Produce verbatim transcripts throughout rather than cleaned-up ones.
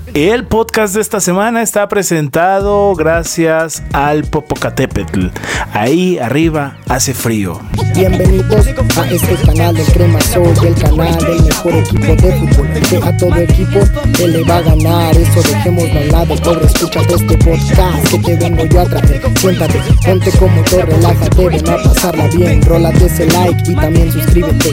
El podcast de esta semana está presentado gracias al Popocatépetl. Ahí arriba hace frío. Bienvenidos a este canal del Crema Soul, el canal del mejor equipo de fútbol, que a todo equipo que le va a ganar. Eso dejémoslo a un lado, pobre, escúchate este podcast que te vengo yo a traer. Siéntate, ponte cómodo, relájate, ven a pasarla bien, rólate ese like y también suscríbete.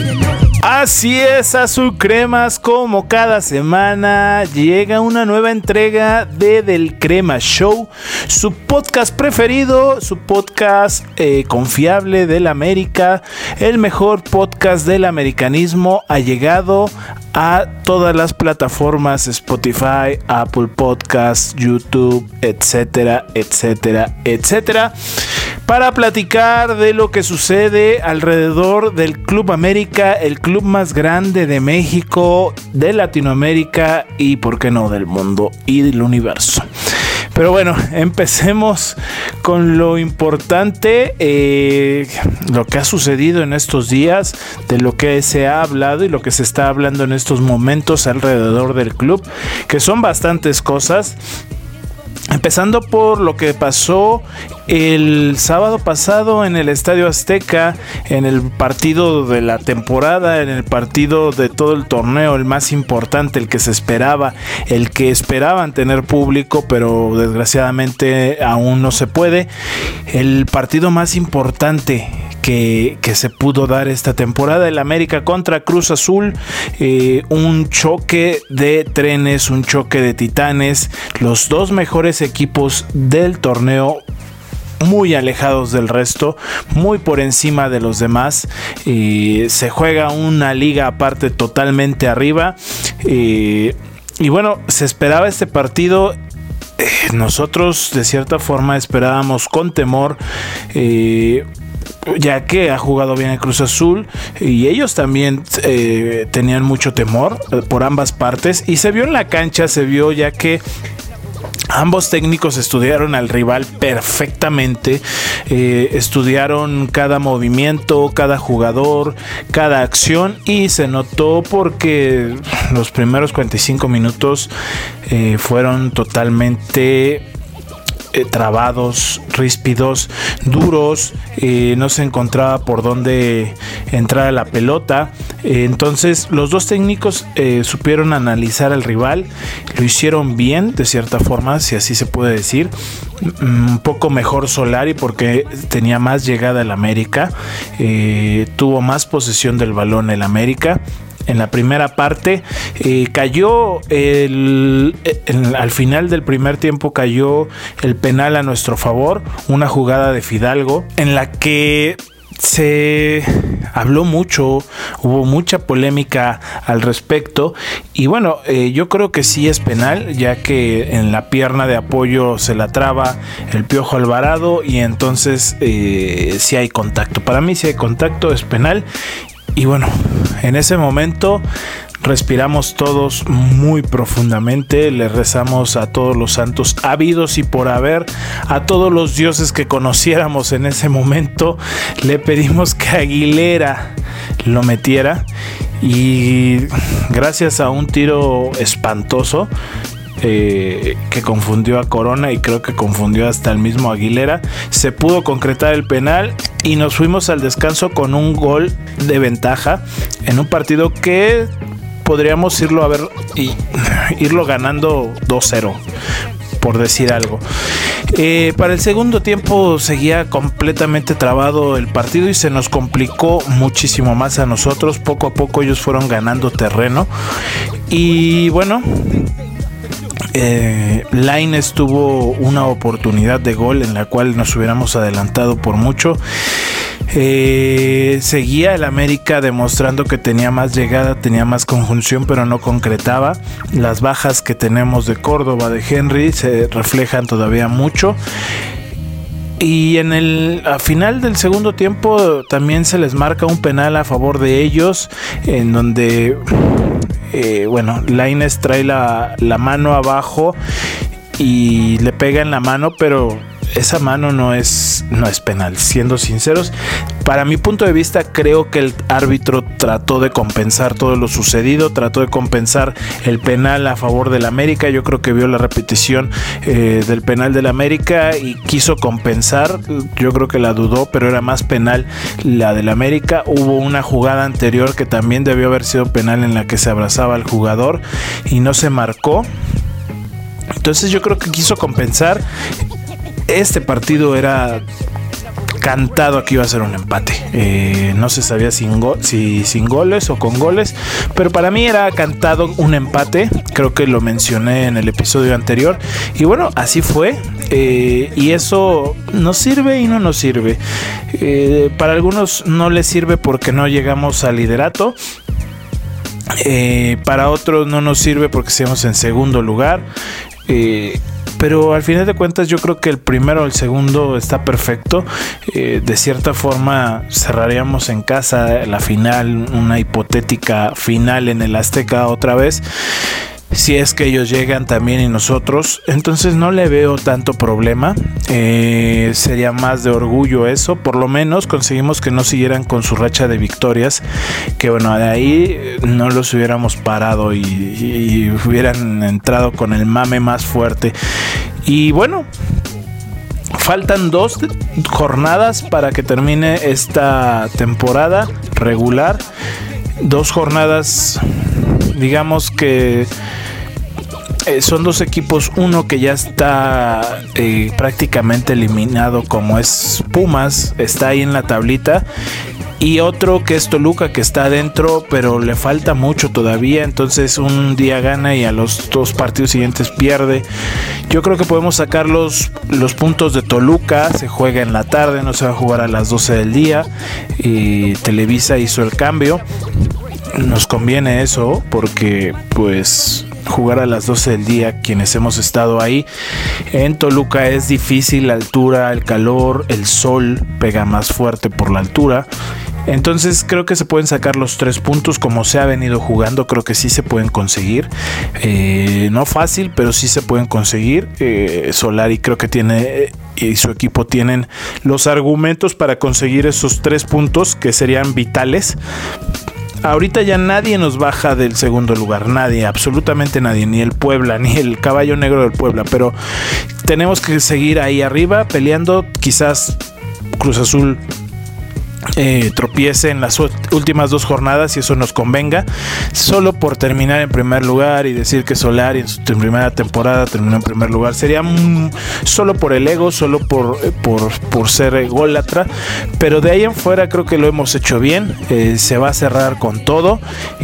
Así es, Azul Cremas, como cada semana llega una nueva entrega de Del Crema Show, su podcast preferido, su podcast eh, confiable del América, el mejor podcast del americanismo. Ha llegado a todas las plataformas: Spotify, Apple Podcasts, YouTube, etcétera, etcétera, etcétera, para platicar de lo que sucede alrededor del Club América, el club más grande de México, de Latinoamérica y, por qué no, del mundo y del universo. Pero bueno, empecemos con lo importante, eh, lo que ha sucedido en estos días, de lo que se ha hablado y lo que se está hablando en estos momentos alrededor del club, que son bastantes cosas. Empezando por lo que pasó el sábado pasado en el Estadio Azteca, en el partido de la temporada, en el partido de todo el torneo, el más importante, el que se esperaba, el que esperaban tener público, pero desgraciadamente aún no se puede. El partido más importante Que, que se pudo dar esta temporada, el América contra Cruz Azul, eh, un choque de trenes, un choque de titanes, los dos mejores equipos del torneo, muy alejados del resto, muy por encima de los demás. Eh, se juega una liga aparte, totalmente arriba, eh, y bueno, se esperaba este partido. Eh, nosotros de cierta forma esperábamos con temor, eh, ya que ha jugado bien el Cruz Azul y ellos también eh, tenían mucho temor eh, por ambas partes, y se vio en la cancha, se vio ya que ambos técnicos estudiaron al rival perfectamente, eh, estudiaron cada movimiento, cada jugador, cada acción, y se notó porque los primeros cuarenta y cinco minutos eh, fueron totalmente Eh, trabados, ríspidos, duros, eh, no se encontraba por dónde entrar a la pelota. Eh, entonces los dos técnicos eh, supieron analizar al rival, lo hicieron bien de cierta forma, si así se puede decir. Un poco mejor Solari porque tenía más llegada el América, eh, tuvo más posesión del balón el América. En la primera parte eh, cayó el, el, al final del primer tiempo cayó el penal a nuestro favor, una jugada de Fidalgo en la que se habló mucho, hubo mucha polémica al respecto, y bueno, eh, yo creo que sí es penal, ya que en la pierna de apoyo se la traba el Piojo Alvarado, y entonces eh, sí hay contacto. Para mí sí hay contacto, es penal. Y bueno, en ese momento respiramos todos muy profundamente, le rezamos a todos los santos habidos y por haber, a todos los dioses que conociéramos en ese momento, le pedimos que Aguilera lo metiera, y gracias a un tiro espantoso Eh, que confundió a Corona y creo que confundió hasta el mismo Aguilera, se pudo concretar el penal y nos fuimos al descanso con un gol de ventaja en un partido que podríamos irlo a ver y irlo ganando dos cero, por decir algo. Eh, para el segundo tiempo seguía completamente trabado el partido y se nos complicó muchísimo más a nosotros. Poco a poco ellos fueron ganando terreno y bueno, Eh, Lainez tuvo una oportunidad de gol en la cual nos hubiéramos adelantado por mucho. Eh, seguía el América demostrando que tenía más llegada, tenía más conjunción, pero no concretaba. Las bajas que tenemos de Córdoba, de Henry, se reflejan todavía mucho. Y en el a final del segundo tiempo también se les marca un penal a favor de ellos, en donde eh, bueno, Lainez trae la, la mano abajo y le pega en la mano, pero esa mano no es, no es penal, siendo sinceros. Para mi punto de vista, creo que el árbitro trató de compensar todo lo sucedido, trató de compensar el penal a favor del América. Yo creo que vio la repetición eh, del penal del América y quiso compensar. Yo creo que la dudó, pero era más penal la del América. Hubo una jugada anterior que también debió haber sido penal en la que se abrazaba al jugador y no se marcó. Entonces yo creo que quiso compensar. Este partido era cantado que iba a ser un empate. Eh, no se sabía sin go- si sin goles o con goles, pero para mí era cantado un empate. Creo que lo mencioné en el episodio anterior. Y bueno, así fue. Eh, y eso nos sirve y no nos sirve. Eh, para algunos no les sirve porque no llegamos al liderato. Eh, para otros no nos sirve porque estamos en segundo lugar. Eh, pero al final de cuentas yo creo que el primero o el segundo está perfecto. Eh, de cierta forma cerraríamos en casa la final, una hipotética final en el Azteca otra vez, si es que ellos llegan también y nosotros. Entonces no le veo tanto problema. Eh, sería más de orgullo eso. Por lo menos conseguimos que no siguieran con su racha de victorias, que bueno, de ahí no los hubiéramos parado y, y, y hubieran entrado con el mame más fuerte. Y bueno, faltan dos jornadas para que termine esta temporada regular. Dos jornadas, digamos que Eh, son dos equipos, uno que ya está eh, prácticamente eliminado, como es Pumas, está ahí en la tablita, y otro que es Toluca, que está adentro pero le falta mucho todavía. Entonces un día gana y a los dos partidos siguientes pierde. Yo creo que podemos sacar los, los puntos de Toluca. Se juega en la tarde, no se va a jugar a las doce del día, y Televisa hizo el cambio. Nos conviene eso porque pues jugar a las doce del día, quienes hemos estado ahí en Toluca, es difícil. La altura, el calor, el sol pega más fuerte por la altura. Entonces creo que se pueden sacar los tres puntos como se ha venido jugando. Creo que sí se pueden conseguir, eh, no fácil, pero sí se pueden conseguir. eh, Solari creo que tiene y su equipo tienen los argumentos para conseguir esos tres puntos que serían vitales. Ahorita ya nadie nos baja del segundo lugar, nadie, absolutamente nadie, ni el Puebla, ni el caballo negro del Puebla, pero tenemos que seguir ahí arriba peleando. Quizás Cruz Azul eh, tropiece en las últimas dos jornadas y eso nos convenga, solo por terminar en primer lugar y decir que Solari en su primera temporada terminó en primer lugar. Sería mm, solo por el ego, solo por, por, por ser ególatra, pero de ahí en fuera creo que lo hemos hecho bien. Eh, se va a cerrar con todo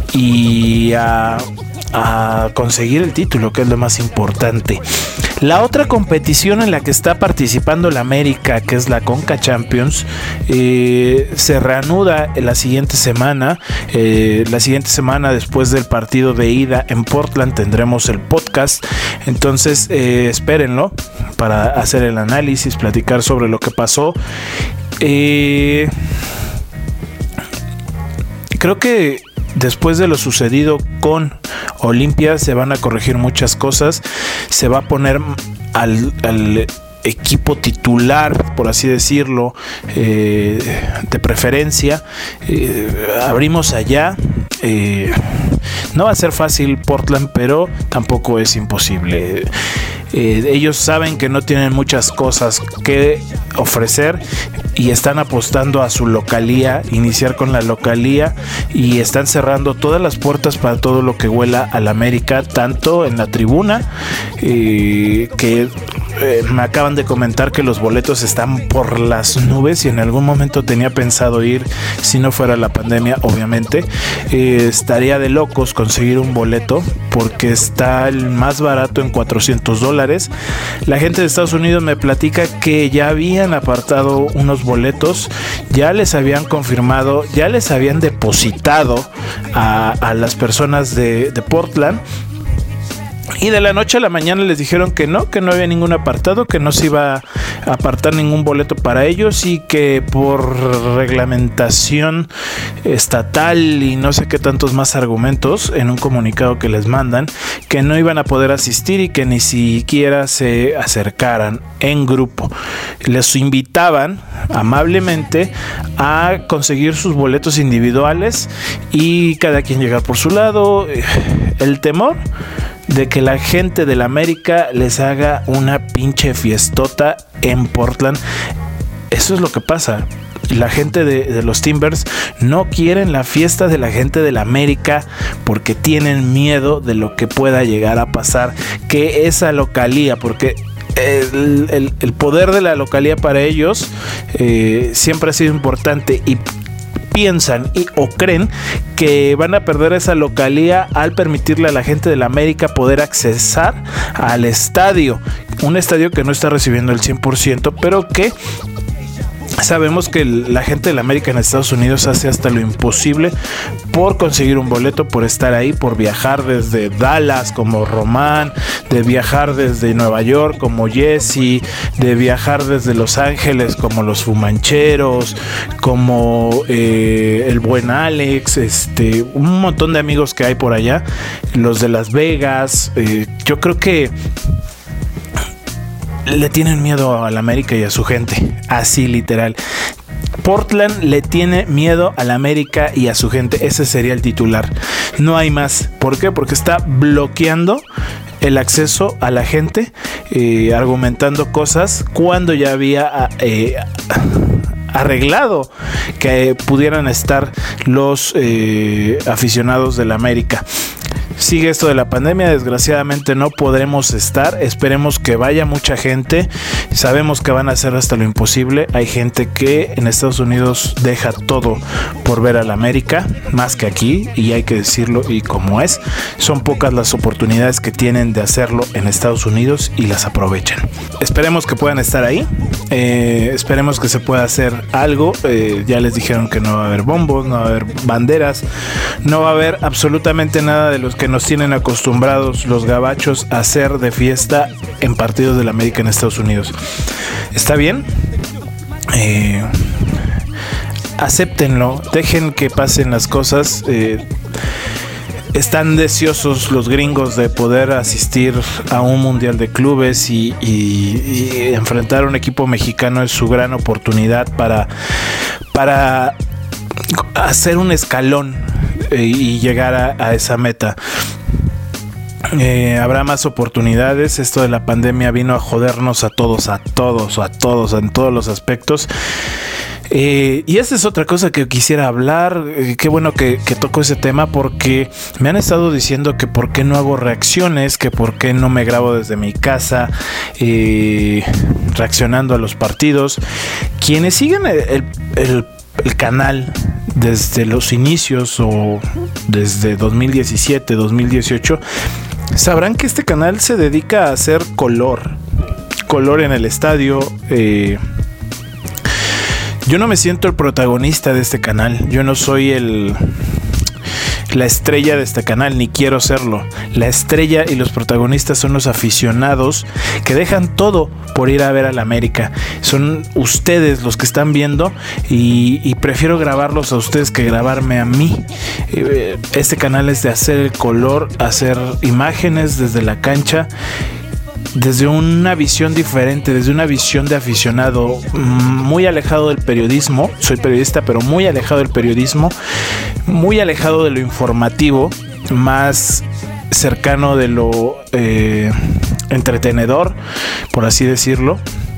y a, a conseguir el título, que es lo más importante. La otra competición en la que está participando la América, que es la Conca Champions, eh, se reanuda la siguiente semana. Eh, la siguiente semana, después del partido de ida en Portland, tendremos el podcast. Entonces eh, espérenlo para hacer el análisis, platicar sobre lo que pasó. Eh, creo que después de lo sucedido con Olimpia se van a corregir muchas cosas. Se va a poner al, al equipo titular, por así decirlo, eh, de preferencia. Eh, abrimos allá. Eh, no va a ser fácil Portland, pero tampoco es imposible. Eh, ellos saben que no tienen muchas cosas que ofrecer y están apostando a su localía, iniciar con la localía, y están cerrando todas las puertas para todo lo que huela al América, tanto en la tribuna, eh, que eh, me acaban de comentar que los boletos están por las nubes, y en algún momento tenía pensado ir, si no fuera la pandemia, obviamente. Eh, estaría de locos conseguir un boleto porque está el más barato en cuatrocientos dólares. La gente de Estados Unidos me platica que ya habían apartado unos boletos, ya les habían confirmado, ya les habían depositado a, a las personas de, de Portland. Y de la noche a la mañana les dijeron que no, que no había ningún apartado, que no se iba a apartar ningún boleto para ellos y que por reglamentación estatal y no sé qué tantos más argumentos en un comunicado que les mandan, que no iban a poder asistir y que ni siquiera se acercaran en grupo. Les invitaban amablemente a conseguir sus boletos individuales y cada quien llegar por su lado. El temor de que la gente de la América les haga una pinche fiestota en Portland. Eso es lo que pasa. La gente de, de los Timbers no quieren la fiesta de la gente de la América porque tienen miedo de lo que pueda llegar a pasar, que esa localía, porque el, el, el poder de la localía para ellos eh, siempre ha sido importante, y piensan y o creen que van a perder esa localía al permitirle a la gente de la América poder accesar al estadio, un estadio que no está recibiendo el cien por ciento, pero que sabemos que la gente de la América en Estados Unidos hace hasta lo imposible por conseguir un boleto, por estar ahí, por viajar desde Dallas como Román, de viajar desde Nueva York como Jesse, de viajar desde Los Ángeles como los Fumancheros, como eh, el buen Alex, este, un montón de amigos que hay por allá, los de Las Vegas. Eh, yo creo que le tienen miedo a la América y a su gente, así literal. Portland le tiene miedo a la América y a su gente, ese sería el titular. No hay más. ¿Por qué? Porque está bloqueando el acceso a la gente, eh, argumentando cosas cuando ya había eh, arreglado que pudieran estar los eh, aficionados de la América. Sigue esto de la pandemia, desgraciadamente no podremos estar, esperemos que vaya mucha gente, sabemos que van a hacer hasta lo imposible. Hay gente que en Estados Unidos deja todo por ver a la América, más que aquí, y hay que decirlo y como es, son pocas las oportunidades que tienen de hacerlo en Estados Unidos y las aprovechan. Esperemos que puedan estar ahí, eh, esperemos que se pueda hacer algo. Eh, ya les dijeron que no va a haber bombos, no va a haber banderas, no va a haber absolutamente nada de los que nos tienen acostumbrados los gabachos a hacer de fiesta en partidos de la América en Estados Unidos. ¿Está bien? Eh, acéptenlo, dejen que pasen las cosas. Eh, están deseosos los gringos de poder asistir a un mundial de clubes y, y, y enfrentar a un equipo mexicano. Es su gran oportunidad para, para hacer un escalón y llegar a, a esa meta. Eh, habrá más oportunidades. Esto de la pandemia vino a jodernos a todos, a todos, a todos, en todos los aspectos. Eh, y esa es otra cosa que quisiera hablar. Eh, qué bueno que, que toco ese tema, porque me han estado diciendo que por qué no hago reacciones, que por qué no me grabo desde mi casa eh, reaccionando a los partidos. Quienes siguen el, el, el, el canal desde los inicios o desde dos mil diecisiete, dos mil dieciocho, sabrán que este canal se dedica a hacer color, color en el estadio. Eh, yo no me siento el protagonista de este canal, yo no soy el... la estrella de este canal, ni quiero serlo. La estrella y los protagonistas son los aficionados que dejan todo por ir a ver a la América. Son ustedes los que están viendo y, y prefiero grabarlos a ustedes que grabarme a mí. Este canal es de hacer el color, hacer imágenes desde la cancha, desde una visión diferente, desde una visión de aficionado, muy alejado del periodismo. Soy periodista, pero muy alejado del periodismo, muy alejado de lo informativo, más cercano de lo eh, entretenedor, por así decirlo.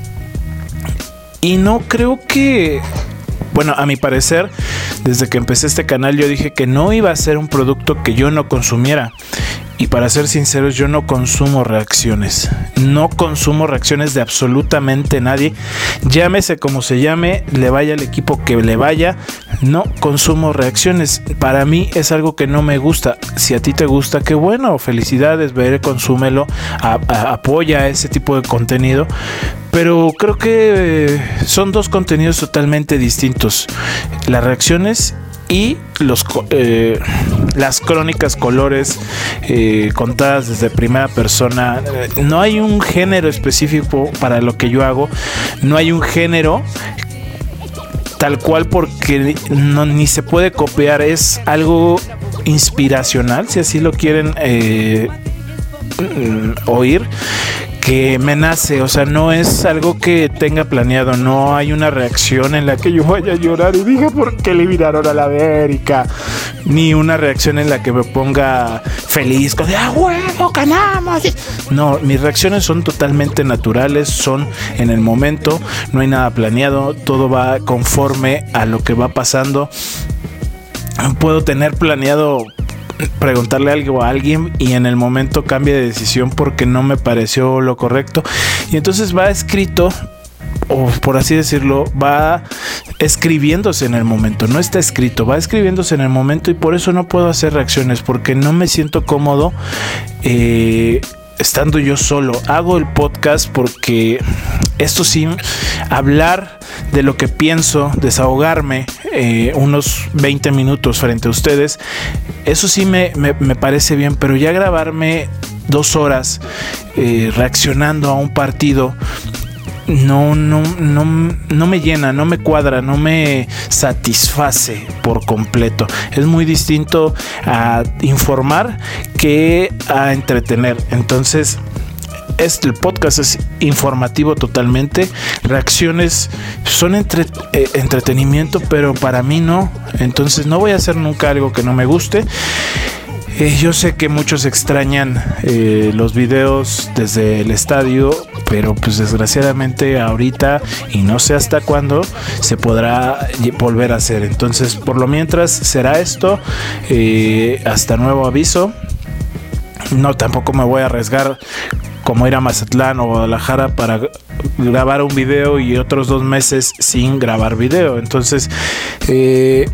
Y no creo que... Bueno, a mi parecer, desde que empecé este canal yo dije que no iba a ser un producto que yo no consumiera. Y para ser sinceros, yo no consumo reacciones. No consumo reacciones de absolutamente nadie. Llámese como se llame, le vaya al equipo que le vaya. No consumo reacciones. Para mí es algo que no me gusta. Si a ti te gusta, qué bueno. Felicidades, ve, consúmelo. A, a, apoya ese tipo de contenido. Pero creo que son dos contenidos totalmente distintos. Las reacciones y los eh, las crónicas colores eh, contadas desde primera persona. No hay un género específico para lo que yo hago, no hay un género tal cual porque no, ni se puede copiar, es algo inspiracional, si así lo quieren eh, oír, que me nace, o sea, no es algo que tenga planeado, no hay una reacción en la que yo vaya a llorar y diga por qué eliminaron a la América, ni una reacción en la que me ponga feliz, con de ¡ah, huevo, ganamos! No, mis reacciones son totalmente naturales, son en el momento, no hay nada planeado, todo va conforme a lo que va pasando. Puedo tener planeado preguntarle algo a alguien y en el momento cambia de decisión porque no me pareció lo correcto, y entonces va escrito, o por así decirlo, va escribiéndose en el momento, no está escrito, va escribiéndose en el momento, y por eso no puedo hacer reacciones porque no me siento cómodo eh, estando yo solo. Hago el podcast porque esto sí, hablar de lo que pienso, desahogarme eh, unos veinte minutos frente a ustedes, eso sí me, me, me parece bien, pero ya grabarme dos horas eh, reaccionando a un partido no, no, no, no me llena, no me cuadra, no me satisface por completo. Es muy distinto a informar que a entretener. Entonces, este el podcast es informativo totalmente. Reacciones son entre, eh, entretenimiento, pero para mí no. Entonces no voy a hacer nunca algo que no me guste. Eh, yo sé que muchos extrañan eh, los videos desde el estadio, pero pues desgraciadamente ahorita y no sé hasta cuándo se podrá volver a hacer. Entonces por lo mientras será esto, eh, hasta nuevo aviso. No, tampoco me voy a arriesgar como ir a Mazatlán o Guadalajara para grabar un video y otros dos meses sin grabar video. Entonces eh,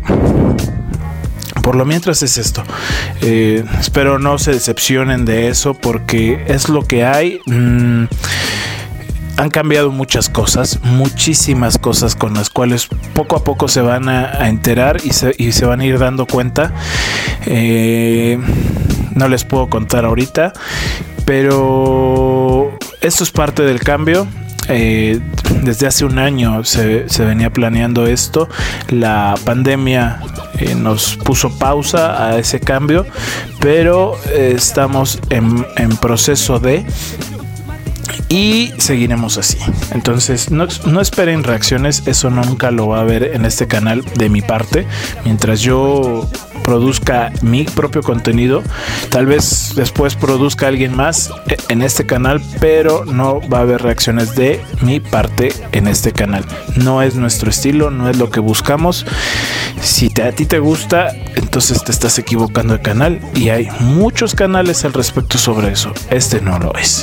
por lo mientras es esto. Eh, espero no se decepcionen de eso porque es lo que hay. Mm, han cambiado muchas cosas, muchísimas cosas con las cuales poco a poco se van a, a enterar y se, y se van a ir dando cuenta. Eh, no les puedo contar ahorita, pero esto es parte del cambio. Eh, desde hace un año se, se venía planeando esto. La pandemia eh, nos puso pausa a ese cambio, pero eh, estamos en, en proceso de y seguiremos así. Entonces no, no esperen reacciones, eso nunca lo va a ver en este canal de mi parte. Mientras yo produzca mi propio contenido, tal vez después produzca alguien más en este canal, pero no va a haber reacciones de mi parte en este canal. No es nuestro estilo, no es lo que buscamos. Si te, a ti te gusta, entonces te estás equivocando de canal, y hay muchos canales al respecto sobre eso. Este no lo es.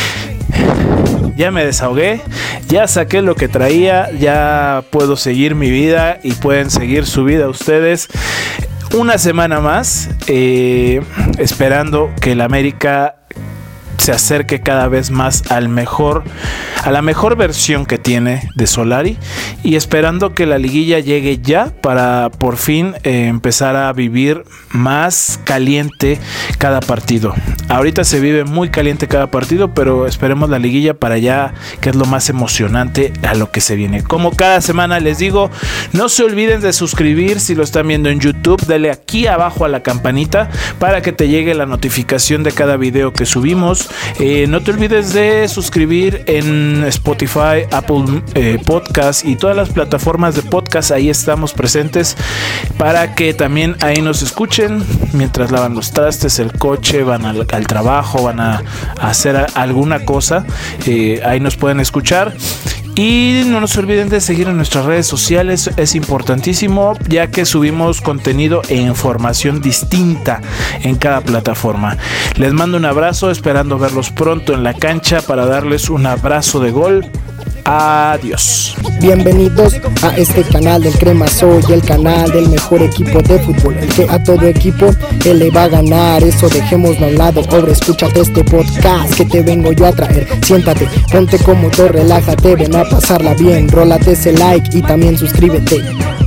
Ya me desahogué, ya saqué lo que traía, ya puedo seguir mi vida y pueden seguir su vida ustedes. Una semana más, eh, esperando que el América se acerque cada vez más al mejor, a la mejor versión que tiene de Solari, y esperando que la liguilla llegue ya para por fin eh, empezar a vivir más caliente cada partido. Ahorita se vive muy caliente cada partido, pero esperemos la liguilla para ya, que es lo más emocionante a lo que se viene. Como cada semana les digo, no se olviden de suscribir si lo están viendo en YouTube, dale aquí abajo a la campanita para que te llegue la notificación de cada video que subimos. Eh, no te olvides de suscribir en Spotify, Apple eh, Podcast y todas las plataformas de podcast. Ahí estamos presentes para que también ahí nos escuchen mientras lavan los trastes, el coche, van al, al trabajo, van a, a hacer a, alguna cosa. Eh, ahí nos pueden escuchar. Y no nos olviden de seguir en nuestras redes sociales, es importantísimo, ya que subimos contenido e información distinta en cada plataforma. Les mando un abrazo, esperando verlos pronto en la cancha para darles un abrazo de gol. Adiós. Bienvenidos a este canal del Crema Soy, el canal del mejor equipo de fútbol, el que a todo equipo él le va a ganar. Eso dejémoslo a un lado, pobre, escúchate este podcast que te vengo yo a traer. Siéntate, ponte cómodo, relájate, ven a pasarla bien, rólate ese like y también suscríbete.